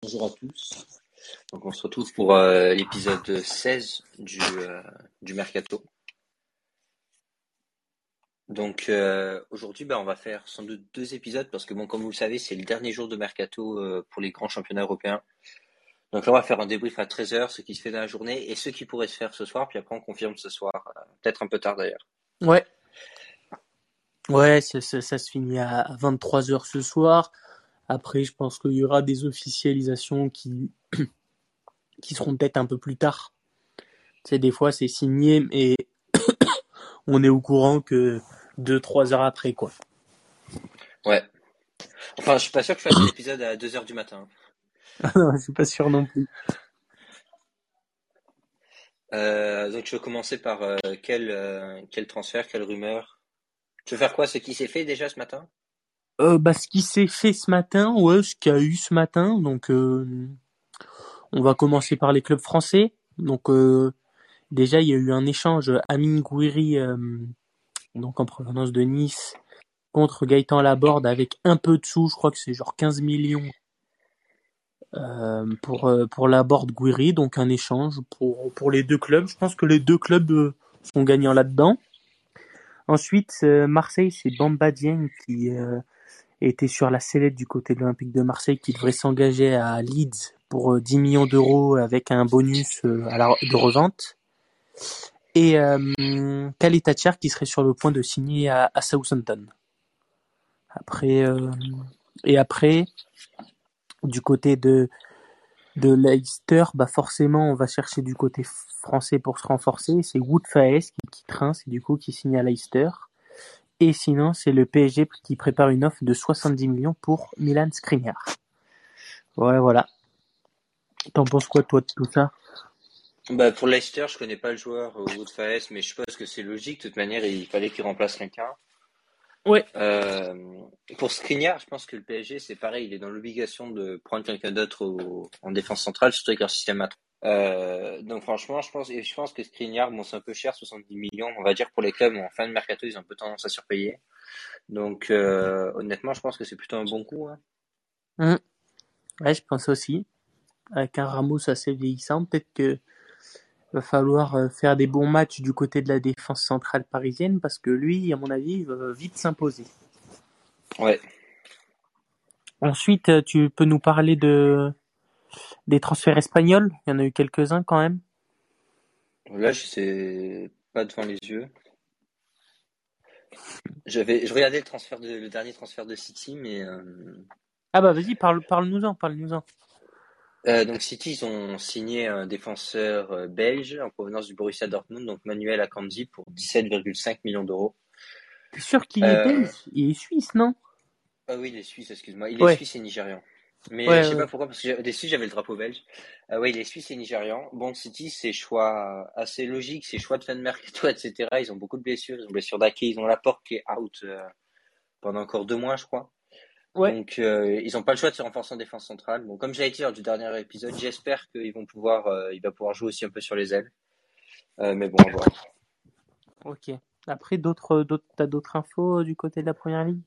Bonjour à tous. Donc on se retrouve pour l'épisode 16 du Mercato. Donc aujourd'hui on va faire sans doute 2 épisodes parce que comme vous le savez c'est le dernier jour de Mercato pour les grands championnats européens. Donc là on va faire un débrief à 13h, ce qui se fait dans la journée et ce qui pourrait se faire ce soir, puis après on confirme ce soir, peut-être un peu tard d'ailleurs. Ouais, ça se finit à 23h ce soir. Après, je pense qu'il y aura des officialisations qui seront peut-être un peu plus tard. Tu sais, des fois, c'est signé, mais on est au courant que 2-3 heures après, quoi. Ouais. Enfin je suis pas sûr que je fasse l'épisode à 2h du matin. Je suis pas sûr non plus. Donc je vais commencer par quel transfert, quelle rumeur. Tu veux faire quoi? Ce qui s'est fait déjà ce matin? Ce qui s'est fait ce matin, ouais, ce qu'il y a eu ce matin. Donc, on va commencer par les clubs français. Donc, déjà, il y a eu un échange Amine Gouiri, donc en provenance de Nice, contre Gaëtan Laborde avec un peu de sous, je crois que c'est genre 15 millions pour Laborde Gouiri, donc un échange pour les deux clubs. Je pense que les deux clubs sont gagnants là-dedans. Ensuite, Marseille, c'est Bamba Dieng qui était sur la sellette du côté de l'Olympique de Marseille, qui devrait s'engager à Leeds pour 10 millions d'euros avec un bonus de revente. Et Khalid Tachar qui serait sur le point de signer à Southampton. Après, du côté de Leicester, forcément, on va chercher du côté français pour se renforcer. C'est Wout Faes qui quitte Reims et du coup qui signe à Leicester. Et sinon, c'est le PSG qui prépare une offre de 70 millions pour Milan Skriniar. Ouais, voilà. T'en penses quoi, toi, de tout ça? Bah pour Leicester, je connais pas le joueur Wout Faes, mais je suppose que c'est logique. De toute manière, il fallait qu'il remplace quelqu'un. Ouais. Euh, pour Skriniar, je pense que le PSG, c'est pareil. Il est dans l'obligation de prendre quelqu'un d'autre en défense centrale, surtout avec leur système à 3. Donc franchement, je pense que Skriniar, bon, c'est un peu cher, 70 millions. On va dire pour les clubs en fin de mercato, ils ont un peu tendance à surpayer. Donc honnêtement, je pense que c'est plutôt un bon coup, hein. Ouais, je pense aussi. Avec un Ramos assez vieillissant, peut-être que va falloir faire des bons matchs du côté de la défense centrale parisienne parce que lui, à mon avis, va vite s'imposer. Ouais. Ensuite, tu peux nous parler des transferts espagnols. Il y en a eu quelques-uns quand même. Là, je sais pas devant les yeux. Je regardais le dernier transfert de City, mais Ah vas-y, parle-nous-en. donc City, ils ont signé un défenseur belge en provenance du Borussia Dortmund, donc Manuel Akanji pour 17,5 millions d'euros. T'es sûr qu'il est Euh, belge? Il est suisse, non? ah oui, il est suisse, excuse-moi. Il est Ouais, suisse et nigérian. Mais je sais pas ouais. pourquoi, parce que des Suisses, j'avais le drapeau belge. Oui, il est suisse et nigérian. Bon, City, c'est choix assez logique, c'est choix de fin de mercato, etc. Ils ont beaucoup de blessures, ils ont blessure d'Ake, ils ont Laporte qui est out pendant encore 2 mois, je crois. Ouais. Donc, ils n'ont pas le choix de se renforcer en défense centrale. Bon, comme j'avais dit lors du dernier épisode, j'espère il va pouvoir jouer aussi un peu sur les ailes. Mais bon, à voir. Ok. Après, t'as d'autres infos du côté de la première ligue?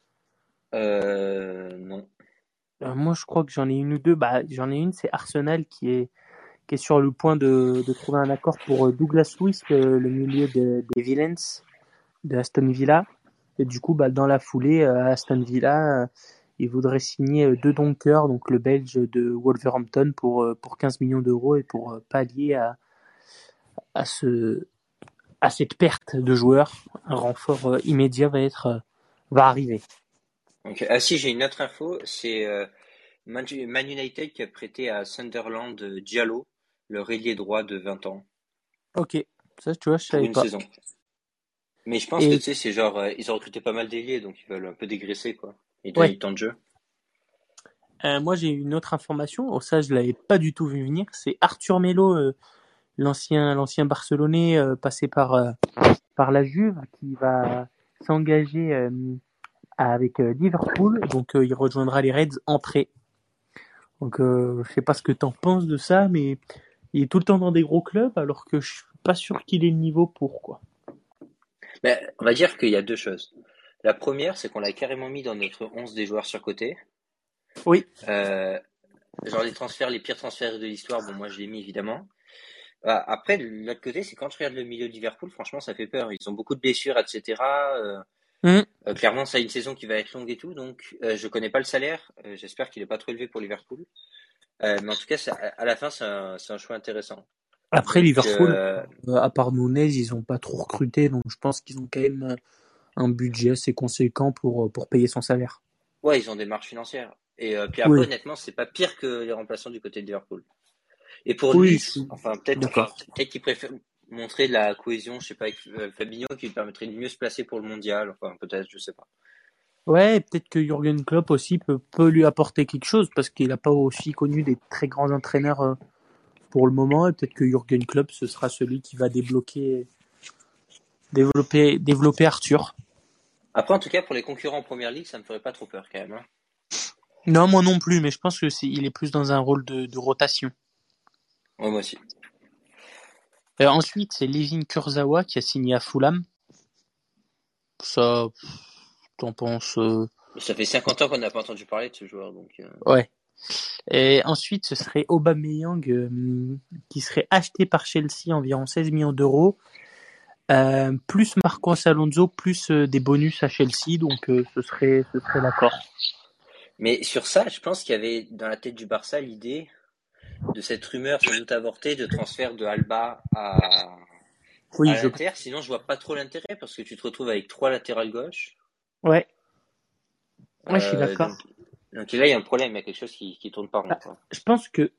Non. Moi, je crois que j'en ai une ou deux. J'en ai une, c'est Arsenal qui est sur le point de trouver un accord pour Douglas Luiz, le milieu des Villains de Aston Villa. Et du coup, dans la foulée, Aston Villa, il voudrait signer deux Donker, donc le Belge de Wolverhampton, pour 15 millions d'euros et pour pallier à ce, à cette perte de joueurs. Un renfort immédiat va arriver. Ok. Ah si, j'ai une autre info. C'est Man United qui a prêté à Sunderland Diallo, le ailier droit de 20 ans, Ok, ça, tu vois, je pour savais une pas. saison. Mais je pense que Et tu sais, c'est genre, ils ont recruté pas mal d'ailiers, donc ils veulent un peu dégraisser, quoi. Et donner ouais, du temps de jeu. moi j'ai une autre information. Oh, ça, je l'avais pas du tout vu venir. C'est Arthur Melo, l'ancien Barcelonais passé par la Juve, qui va s'engager avec Liverpool. Donc il rejoindra les Reds en prêt. Donc je sais pas ce que t'en penses de ça, mais il est tout le temps dans des gros clubs alors que je suis pas sûr qu'il ait le niveau pour quoi. Mais on va dire qu'il y a deux choses. La première, c'est qu'on l'a carrément mis dans notre 11 des joueurs surcotés. Oui, Euh, genre les pires transferts de l'histoire, bon, moi je l'ai mis évidemment. Après, de l'autre côté, c'est quand je regarde le milieu de Liverpool, franchement, ça fait peur. Ils ont beaucoup de blessures, etc. Hmm. Clairement, ça a une saison qui va être longue et tout, donc je connais pas le salaire. J'espère qu'il est pas trop élevé pour Liverpool. Mais en tout cas, à la fin, c'est un choix intéressant. Après, Donc, Liverpool, à part Nunez, ils ont pas trop recruté, donc je pense qu'ils ont quand même un budget assez conséquent pour payer son salaire. ouais, ils ont des marges financières. Et puis après, Oui, honnêtement, c'est pas pire que les remplaçants du côté de Liverpool. Et pour oui, je Luis, suis enfin peut-être d'accord. peut-être qu'il préfère montrer de la cohésion, je sais pas, avec Fabinho qui lui permettrait de mieux se placer pour le mondial, enfin peut-être, je sais pas. Ouais, peut-être que Jürgen Klopp aussi peut lui apporter quelque chose parce qu'il n'a pas aussi connu des très grands entraîneurs pour le moment et peut-être que Jürgen Klopp ce sera celui qui va développer Arthur. Après, en tout cas, pour les concurrents en première ligue, ça me ferait pas trop peur quand même, hein. Non, moi non plus, mais je pense que il est plus dans un rôle de rotation. Ouais, moi aussi. Ensuite, c'est Levin Kurzawa qui a signé à Fulham. Ça, t'en penses Ça fait 50 ans qu'on n'a pas entendu parler de ce joueur, donc. Ouais. Et ensuite, ce serait Aubameyang qui serait acheté par Chelsea environ 16 millions d'euros, plus Marcos Alonso, plus des bonus à Chelsea, donc ce serait l'accord. Mais sur ça, je pense qu'il y avait dans la tête du Barça l'idée de cette rumeur sans doute avortée de transfert de Alba à Oui, l'Inter. Sinon, je vois pas trop l'intérêt parce que tu te retrouves avec trois latérales gauche. ouais, ouais, je suis Euh, d'accord. donc, donc là, il y a un problème, il y a quelque chose qui tourne pas rond, Ah, quoi. je pense que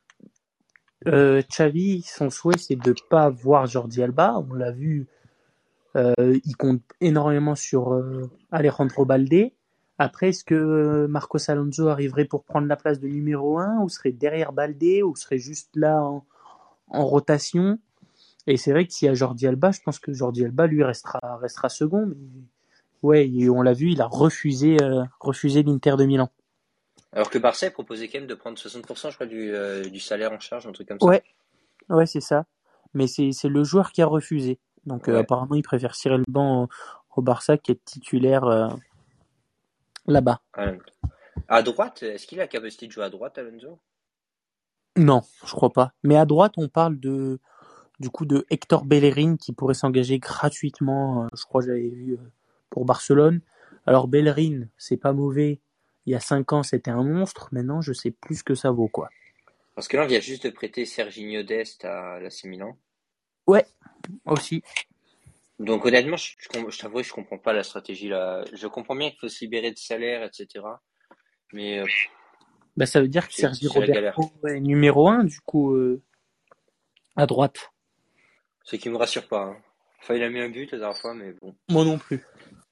Xavi, son souhait, c'est de pas voir Jordi Alba. On l'a vu, il compte énormément sur Alejandro Balde. Après, est-ce que Marcos Alonso arriverait pour prendre la place de numéro un ou serait derrière Balde ou serait juste là en rotation? Et c'est vrai que s'il y a Jordi Alba, je pense que Jordi Alba, lui, restera second. Mais ouais, on l'a vu, il a refusé l'Inter de Milan. Alors que Barça proposait quand même de prendre 60%, je crois, du salaire en charge, un truc comme ça. Ouais, ouais, c'est ça. Mais c'est le joueur qui a refusé. Donc Ouais. apparemment, il préfère cirer le banc au Barça qui est titulaire là-bas. Ouais. À droite, est-ce qu'il a la capacité de jouer à droite, Alonso? Non, je crois pas. Mais à droite, on parle du coup de Hector Bellerin qui pourrait s'engager gratuitement. Je crois que j'avais vu pour Barcelone. Alors Bellerin, c'est pas mauvais. Il y a 5 ans, c'était un monstre. Maintenant, je sais plus ce que ça vaut, quoi. Parce que là, on vient juste de prêter Serginho Dest à l'AC Milan. Ouais, aussi. Donc honnêtement, je t'avoue, je comprends pas la stratégie là. Je comprends bien qu'il faut se libérer de salaire, etc. Mais Bah, ça veut dire que Sergi c'est la galère. Roberto est numéro un, du coup, à droite. Ce qui me rassure pas, hein. Enfin, il a mis un but la dernière fois, mais bon. Moi non plus.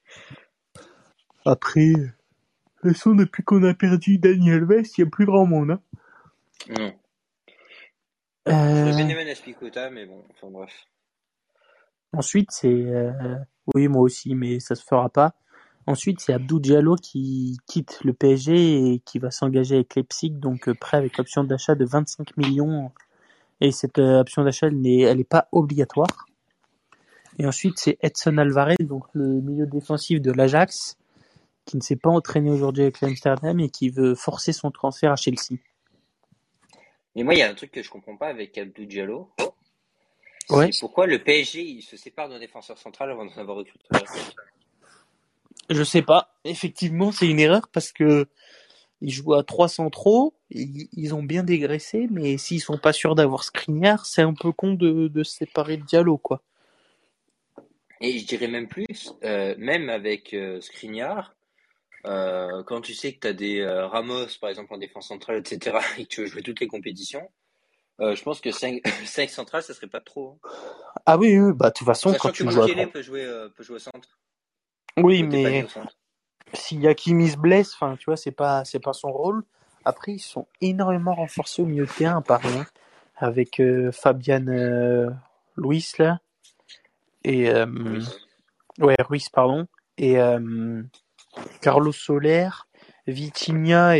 Après, le son, depuis qu'on a perdu Daniel Alves, il n'y a plus grand monde. Hein. Non. J'aurais bien Euh, aimé Naspikota, mais bon, enfin bref. Ensuite, c'est... oui, moi aussi, mais ça se fera pas. Ensuite, c'est Abdou Diallo qui quitte le PSG et qui va s'engager avec Leipzig, donc prêt avec l'option d'achat de 25 millions. Et cette option d'achat, elle n'est pas obligatoire. Et ensuite, c'est Edson Alvarez, donc le milieu défensif de l'Ajax, qui ne s'est pas entraîné aujourd'hui avec l'Amsterdam et qui veut forcer son transfert à Chelsea. Mais moi, il y a un truc que je comprends pas avec Abdou Diallo, Ouais, c'est pourquoi le PSG il se sépare d'un défenseur central avant d'en avoir recruté un. je sais pas. Effectivement, c'est une erreur parce que ils jouent à 3 centraux, ils ont bien dégraissé, mais s'ils sont pas sûrs d'avoir Skriniar, c'est un peu con de se séparer de Diallo, quoi. Et je dirais même plus, même avec Skriniar, quand tu sais que tu as des Ramos, par exemple, en défense centrale, etc., et que tu veux jouer toutes les compétitions, je pense que 5 5 centrales, ça serait pas trop, hein. Ah oui, oui, bah de toute façon, quand Sachant que tu joues à Mukele 3. peut jouer au centre, Oui, côté palier mais au centre. si Hakimi se blesse, enfin, tu vois, c'est pas son rôle. Après, ils sont énormément renforcés au milieu de terrain, par hein, avec Fabian Luis là et Ruiz. ouais Ruiz pardon et Carlos Soler, Vitinha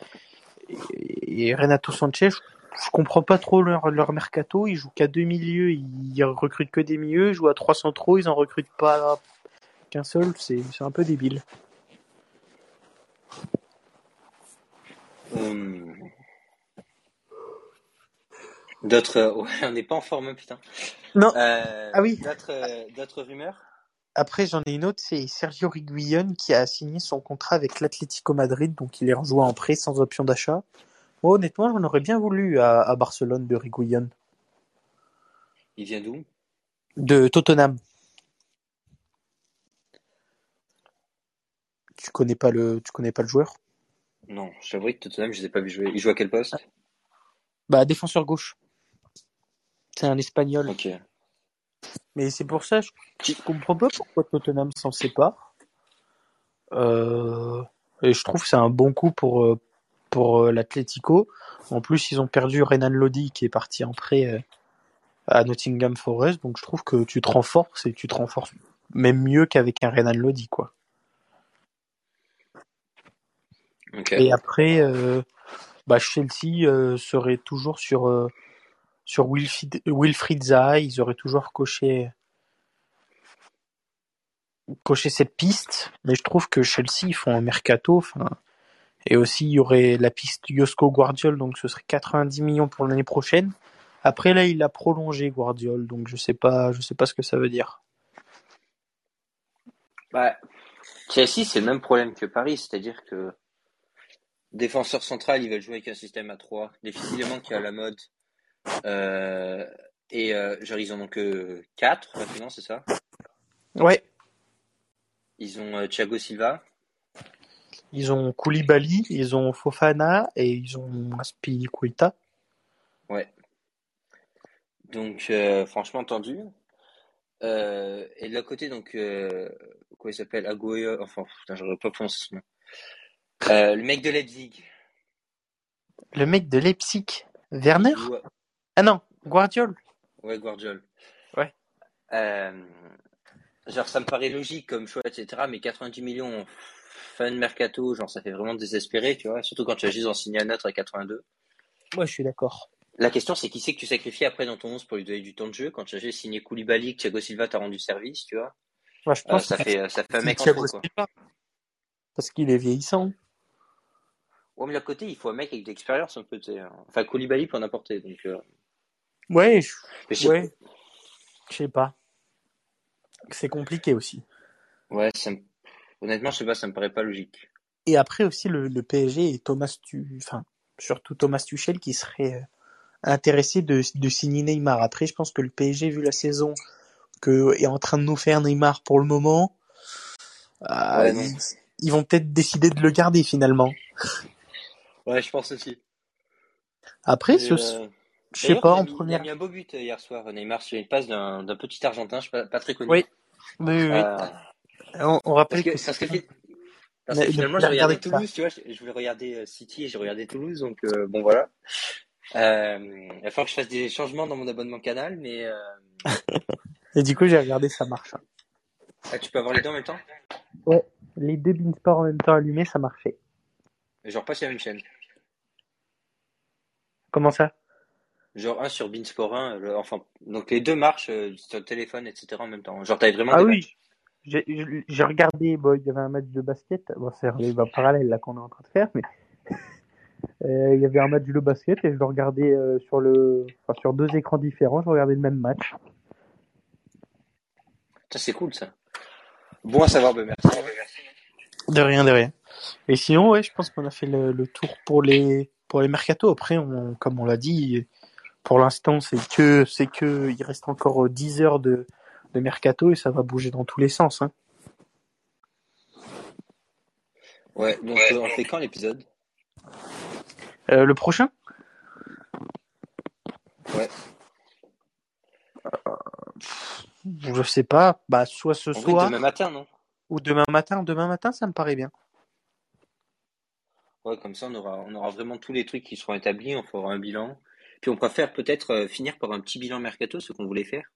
et Renato Sanchez. Je comprends pas trop leur mercato. Ils jouent qu'à deux milieux, ils recrutent que des milieux. Ils jouent à 3 centraux, ils en recrutent pas qu'un seul. C'est un peu débile. Hum. Ouais, on n'est pas en forme, putain. Non. Ah oui. D'autres rumeurs? Après, j'en ai une autre, c'est Sergio Reguilón qui a signé son contrat avec l'Atlético Madrid, donc il est rejoint en prêt sans option d'achat. Moi, honnêtement, j'en aurais bien voulu à Barcelone de Reguilón. Il vient d'où? De Tottenham. Tu connais pas le joueur? Non, je t'avoue que Tottenham, je les ai pas vu jouer. Il joue à quel poste? Bah, défenseur gauche. C'est un Espagnol. Ok. Mais c'est pour ça, je Qui? comprends pas pourquoi Tottenham s'en sépare. Euh, et je trouve que c'est un bon coup pour l'Atlético. En plus, ils ont perdu Renan Lodi qui est parti en prêt à Nottingham Forest. Donc je trouve que tu te renforces et tu te renforces même mieux qu'avec un Renan Lodi, quoi. Ok. Et après, bah, Chelsea serait toujours sur Wilfried Zaha. Ils auraient toujours coché cette piste. Mais je trouve que Chelsea, ils font un mercato. Enfin, et aussi, il y aurait la piste Josko Guardiol, donc ce serait 90 millions pour l'année prochaine. Après, là, il a prolongé Guardiol, donc je sais pas ce que ça veut dire. Bah, Chelsea, c'est le même problème que Paris, c'est-à-dire que défenseur central, ils veulent jouer avec un système à 3, difficilement qui est à la mode. Euh, genre, ils en ont que 4 maintenant, c'est ça? Ouais, Ils ont Thiago Silva. ils ont Koulibaly, ils ont Fofana et ils ont Aspilicueta. Ouais. Donc, franchement, tendu. Et de l'autre côté, donc, quoi il s'appelle? Aguoyo. Enfin, putain, j'aurais pas prononcé son nom. Le mec de Leipzig. Le mec de Leipzig, Il Werner? joue. Ah non, Guardiol. Ouais, Guardiol. Ouais. Euh, genre, ça me paraît logique comme choix, etc. Mais 90 millions fin de mercato, genre, ça fait vraiment désespéré, tu vois. Surtout quand tu as juste en signé un autre à 82. Moi, je suis d'accord. La question, c'est qui c'est que tu sacrifies après dans ton 11 pour lui donner du temps de jeu quand tu as juste signé Koulibaly, que Thiago Silva t'a rendu service, tu vois. Moi, je pense que Ça fait un c'est mec en Thiago trop, quoi. Silva, parce qu'il est vieillissant. Ouais, mais de l'autre côté, il faut un mec avec de l'expérience un peu, tu sais. Enfin, Koulibaly peut en apporter, donc. Ouais, Mais je sais pas. ouais, je sais pas. C'est compliqué aussi. Ouais, honnêtement, je sais pas, ça me paraît pas logique. Et après aussi le PSG et enfin, surtout Thomas Tuchel qui serait intéressé de signer Neymar. Après, je pense que le PSG, vu la saison que est en train de nous faire Neymar pour le moment, ah, Ouais, non. ils vont peut-être décider de le garder finalement. Ouais, je pense aussi. Après, Mais, je sais d'ailleurs, pas, en il a première. mis un beau but hier soir, Neymar, sur une passe d'un petit Argentin, je sais pas, pas très connu. Oui, oui, oui, oui. Euh, On rappelle que c'est parce que ne finalement, plus les j'ai regarder regardé que ça. Toulouse, tu vois, je voulais regarder City et j'ai regardé Toulouse, donc bon voilà. Il va falloir que je fasse des changements dans mon abonnement canal, mais Et du coup, j'ai regardé, ça marche. ah, tu peux avoir les deux en même temps? Ouais, les deux Beansport en même temps allumés, ça marchait. Genre pas sur la même chaîne. Comment ça? Genre un sur Beansport 1, enfin, donc les deux marchent sur le téléphone, etc. en même temps. Genre t'avais vraiment Ah des oui, matchs. j'ai regardé, bon, il y avait un match de basket, bon, c'est un débat parallèle là qu'on est en train de faire, mais il y avait un match de basket et je le regardais sur deux écrans différents, je regardais le même match. Ça, c'est cool, ça. Bon à savoir, ben merci, hein. De rien, de rien. Et sinon, ouais, je pense qu'on a fait le tour pour les mercato. Après, comme on l'a dit, pour l'instant, il reste encore 10 heures de mercato et ça va bouger dans tous les sens, hein. Ouais, donc on le fait quand l'épisode? Le prochain? Ouais. Je sais pas, bah, soit ce En vrai, demain soir matin, non? ou demain matin. Demain matin, ça me paraît bien. Ouais, comme ça, on aura vraiment tous les trucs qui seront établis, on fera un bilan. Puis on préfère peut-être finir par un petit bilan mercato, ce qu'on voulait faire.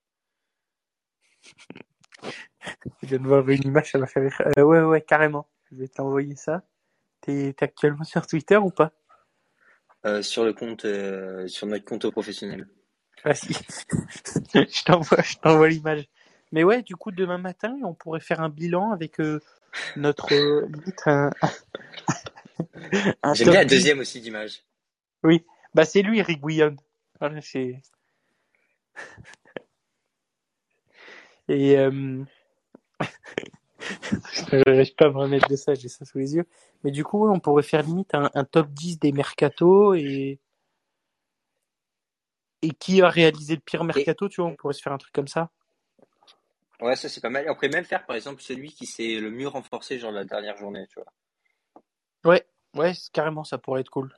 Je viens de voir une image, ça m'a fait rire. Ouais, ouais, carrément. Je vais t'envoyer ça. T'es actuellement sur Twitter ou pas? Sur le compte, sur notre compte professionnel. Ah si, je t'envoie l'image. Mais ouais, du coup, demain matin, on pourrait faire un bilan avec notre limite un J'aime bien top la 10. deuxième aussi d'image. Oui, bah c'est lui, Eric Guillon. Voilà, et je n'arrive pas à me remettre de ça, j'ai ça sous les yeux. Mais du coup, ouais, on pourrait faire limite un top 10 des mercato et qui a réalisé le pire Et mercato, tu vois, on pourrait se faire un truc comme ça. ouais, ça c'est pas mal. Et on pourrait même faire par exemple celui qui s'est le mieux renforcé genre la dernière journée, tu vois. Ouais, ouais, carrément, ça pourrait être cool.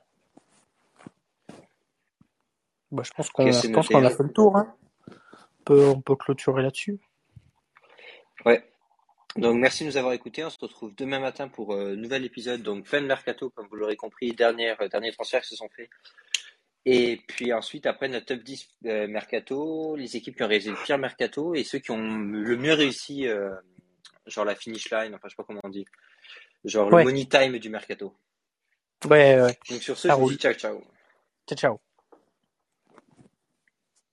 Bah, Ok, je c'est pense noté, qu'on a hein. fait le tour, hein. On peut clôturer là-dessus. Ouais. Donc merci de nous avoir écoutés. On se retrouve demain matin pour un nouvel épisode. Donc fin de mercato, comme vous l'aurez compris, dernier transfert qui se sont faits. Et puis ensuite, après notre top 10 mercato, les équipes qui ont réalisé le pire mercato et ceux qui ont le mieux réussi, genre la finish line, enfin je sais pas comment on dit, genre le Ouais, money time du mercato. ouais, ouais. Donc sur ce, Ça je vous dis roule. ciao ciao. Ciao, ciao.